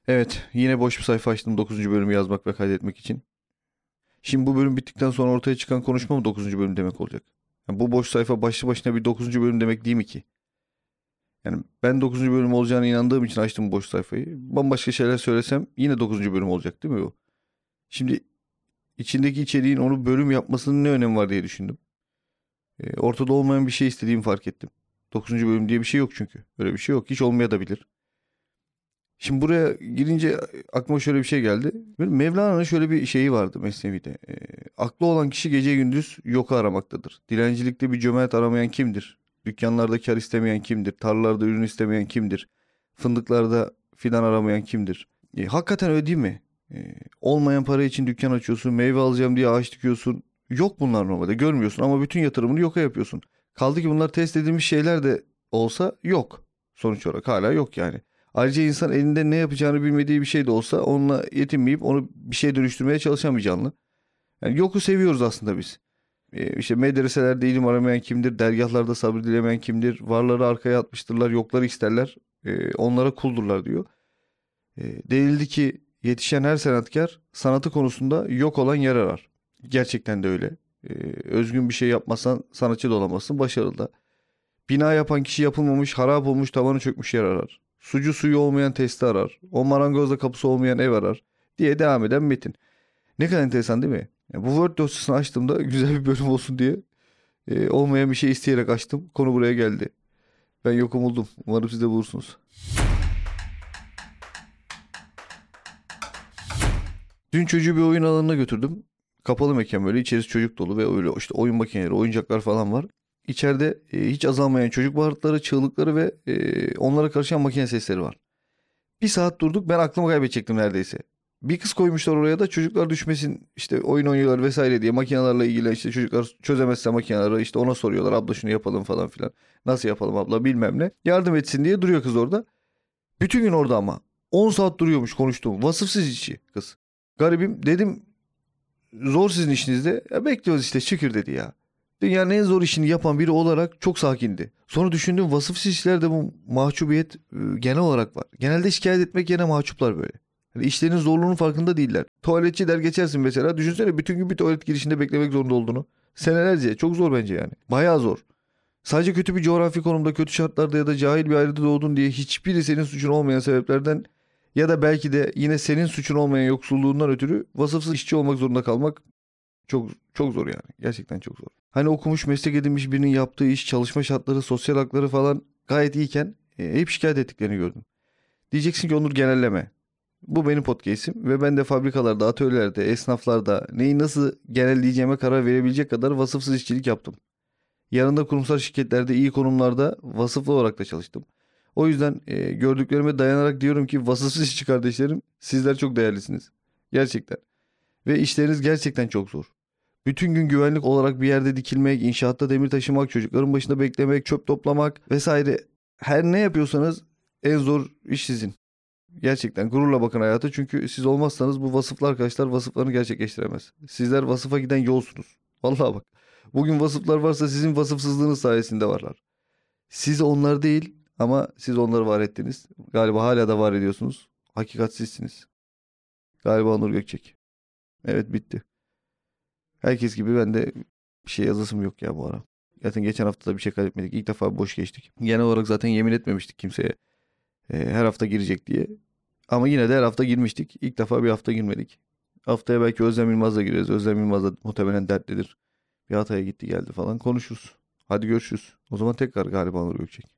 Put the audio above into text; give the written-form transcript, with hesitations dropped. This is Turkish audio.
Evet, yine boş bir sayfa açtım 9. bölümü yazmak ve kaydetmek için. Şimdi bu bölüm bittikten sonra ortaya çıkan konuşma mı 9. bölüm demek olacak? Yani bu boş sayfa başlı başına bir 9. bölüm demek değil mi ki? Yani ben 9. bölüm olacağına inandığım için açtım bu boş sayfayı. Bambaşka şeyler söylesem yine 9. bölüm olacak değil mi bu? Şimdi içindeki içeriğin onu bölüm yapmasının ne önemi var diye düşündüm. Ortada olmayan bir şey istediğimi fark ettim. 9. bölüm diye bir şey yok çünkü. Öyle bir şey yok. Hiç olmaya da bilir. Şimdi buraya girince aklıma şöyle bir şey geldi. Böyle Mevlana'nın şöyle bir şeyi vardı Mesnevi'de. Aklı olan kişi gece gündüz yoku aramaktadır. Dilencilikte bir cömert aramayan kimdir? Dükkanlarda kar istemeyen kimdir? Tarlalarda ürün istemeyen kimdir? Fındıklarda fidan aramayan kimdir? Hakikaten öyle değil mi? Olmayan para için dükkan açıyorsun, meyve alacağım diye ağaç dikiyorsun. Yok bunlar normalde görmüyorsun ama bütün yatırımını yoka yapıyorsun. Kaldı ki bunlar test edilmiş şeyler de olsa yok. Sonuç olarak hala yok yani. Ayrıca insan elinde ne yapacağını bilmediği bir şey de olsa onunla yetinmeyip onu bir şeye dönüştürmeye çalışan bir canlı. Yani yoku seviyoruz aslında biz. İşte medreselerde ilim aramayan kimdir? Dergahlarda sabır dilemeyen kimdir? Varları arkaya atmıştırlar, yokları isterler. Onlara kuldurlar diyor. Denildi ki yetişen her sanatkar sanatı konusunda yok olan yer arar. Gerçekten de öyle. Özgün bir şey yapmazsan sanatçı da olamazsın, başarılı da. Bina yapan kişi yapılmamış, harap olmuş, tavanı çökmüş yer arar. Sucu suyu olmayan testi arar. O marangozda kapısı olmayan ev arar. Diye devam eden metin. Ne kadar enteresan değil mi? Yani bu Word dosyasını açtığımda güzel bir bölüm olsun diye olmayan bir şey isteyerek açtım. Konu buraya geldi. Ben yokum buldum. Umarım siz de bulursunuz. Dün çocuğu bir oyun alanına götürdüm. Kapalı mekan böyle. İçerisi çocuk dolu ve öyle işte oyun makineleri, oyuncaklar falan var. İçeride hiç azalmayan çocuk bağırtıları, çığlıkları ve onlara karışan makine sesleri var. Bir saat durduk, ben aklımı kaybedecektim neredeyse. Bir kız koymuşlar oraya da çocuklar düşmesin işte oyun oynuyorlar vesaire diye makinelerle ilgili işte çocuklar çözemezse makineleri işte ona soruyorlar abla şunu yapalım falan filan. Nasıl yapalım abla bilmem ne. Yardım etsin diye duruyor kız orada. Bütün gün orada ama 10 saat duruyormuş konuştuğum vasıfsız işçi kız. Garibim dedim zor sizin işinizde. Ya bekliyoruz işte şükür dedi ya. Dünyanın en zor işini yapan biri olarak çok sakindi. Sonra düşündüm vasıfsız işlerde bu mahcubiyet genel olarak var. Genelde şikayet etmek yerine mahcuplar böyle. Hani işlerin zorluğunun farkında değiller. Tuvaletçi der geçersin mesela. Düşünsene bütün gün bir tuvalet girişinde beklemek zorunda olduğunu. Senelerce. Çok zor bence yani. Bayağı zor. Sadece kötü bir coğrafi konumda, kötü şartlarda ya da cahil bir ailede doğdun diye hiçbiri senin suçun olmayan sebeplerden ya da belki de yine senin suçun olmayan yoksulluğundan ötürü vasıfsız işçi olmak zorunda kalmak çok çok zor yani. Gerçekten çok zor. Hani okumuş, meslek edinmiş birinin yaptığı iş, çalışma şartları, sosyal hakları falan gayet iyiyken hep şikayet ettiklerini gördüm. Diyeceksin ki Onur genelleme. Bu benim podcast'im ve ben de fabrikalarda, atölyelerde, esnaflarda neyi nasıl genelleyeceğime karar verebilecek kadar vasıfsız işçilik yaptım. Yanında kurumsal şirketlerde iyi konumlarda vasıflı olarak da çalıştım. O yüzden gördüklerime dayanarak diyorum ki vasıfsız işçi kardeşlerim sizler çok değerlisiniz. Gerçekten. Ve işleriniz gerçekten çok zor. Bütün gün güvenlik olarak bir yerde dikilmek, inşaatta demir taşımak, çocukların başında beklemek, çöp toplamak vesaire. Her ne yapıyorsanız en zor iş sizin. Gerçekten gururla bakın hayata çünkü siz olmazsanız bu vasıflı arkadaşlar vasıflarını gerçekleştiremez. Sizler vasıfa giden yolsunuz. Vallahi bak. Bugün vasıflar varsa sizin vasıfsızlığınız sayesinde varlar. Siz onlar değil ama siz onları var ettiniz. Galiba hala da var ediyorsunuz. Hakikat sizsiniz. Galiba Onur Gökçek. Evet bitti. Herkes gibi ben de bir şey yazasım yok ya bu ara. Zaten geçen hafta da bir şey kaybetmedik. İlk defa boş geçtik. Genel olarak zaten yemin etmemiştik kimseye. Her hafta girecek diye. Ama yine de her hafta girmiştik. İlk defa bir hafta girmedik. Haftaya belki Özlem Yılmaz'la gireriz. Özlem Yılmaz da muhtemelen dertlidir. Bir Hatay'a gitti geldi falan konuşuruz. Hadi görüşürüz. O zaman tekrar galiba Onur Gökçek.